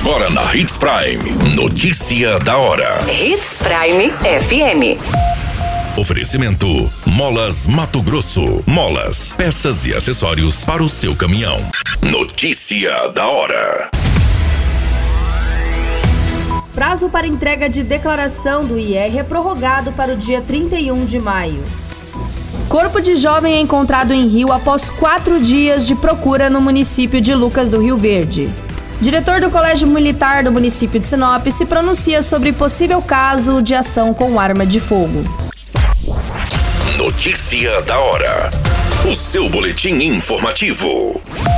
Agora na Hits Prime. Notícia da hora. Hits Prime FM. Oferecimento: Molas Mato Grosso. Molas, peças e acessórios para o seu caminhão. Notícia da hora. Prazo para entrega de declaração do IR é prorrogado para o dia 31 de maio. Corpo de jovem é encontrado em rio após 4 dias de procura no município de Lucas do Rio Verde. Diretor do Colégio Militar do município de Sinop se pronuncia sobre possível caso de ação com arma de fogo. Notícia da hora. O seu boletim informativo.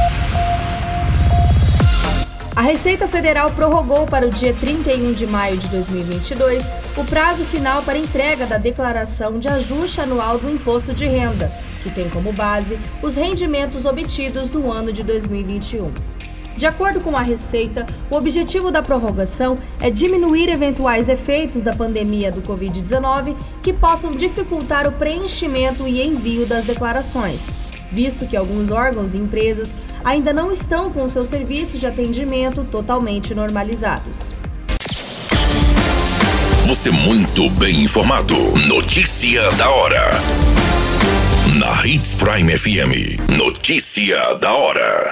A Receita Federal prorrogou para o dia 31 de maio de 2022 o prazo final para entrega da declaração de ajuste anual do Imposto de Renda, que tem como base os rendimentos obtidos no ano de 2021. De acordo com a Receita, o objetivo da prorrogação é diminuir eventuais efeitos da pandemia do Covid-19 que possam dificultar o preenchimento e envio das declarações, visto que alguns órgãos e empresas ainda não estão com seus serviços de atendimento totalmente normalizados. Você muito bem informado. Notícia da hora. Na Hits Prime FM. Notícia da hora.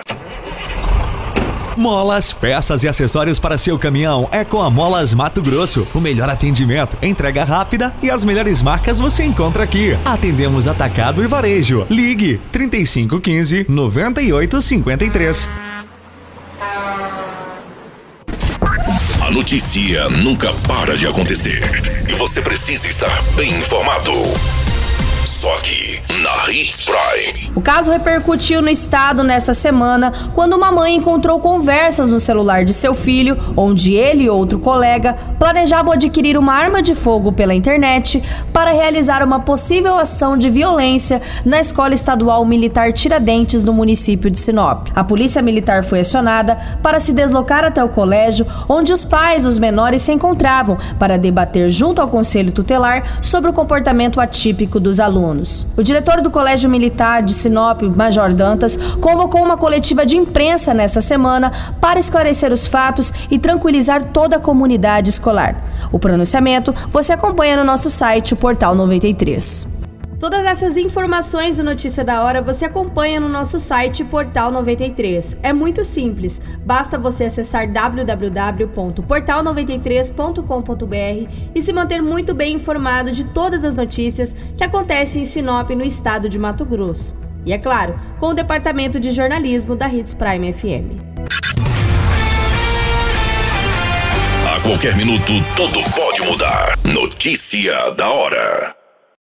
Molas, peças e acessórios para seu caminhão é com a Molas Mato Grosso. O melhor atendimento, entrega rápida e as melhores marcas você encontra aqui. Atendemos atacado e varejo. Ligue 3515-9853. A notícia nunca para de acontecer e você precisa estar bem informado. Só aqui, na Hits Prime. O caso repercutiu no estado nesta semana, quando uma mãe encontrou conversas no celular de seu filho, onde ele e outro colega planejavam adquirir uma arma de fogo pela internet para realizar uma possível ação de violência na Escola Estadual Militar Tiradentes, no município de Sinop. A polícia militar foi acionada para se deslocar até o colégio, onde os pais dos menores se encontravam, para debater junto ao Conselho Tutelar sobre o comportamento atípico dos alunos. O diretor do Colégio Militar de Sinop, Major Dantas, convocou uma coletiva de imprensa nesta semana para esclarecer os fatos e tranquilizar toda a comunidade escolar. O pronunciamento você acompanha no nosso site, o Portal 93. Todas essas informações do Notícia da Hora você acompanha no nosso site Portal 93. É muito simples, basta você acessar www.portal93.com.br e se manter muito bem informado de todas as notícias que acontecem em Sinop, no estado de Mato Grosso. E é claro, com o departamento de jornalismo da Hits Prime FM. A qualquer minuto, tudo pode mudar. Notícia da hora.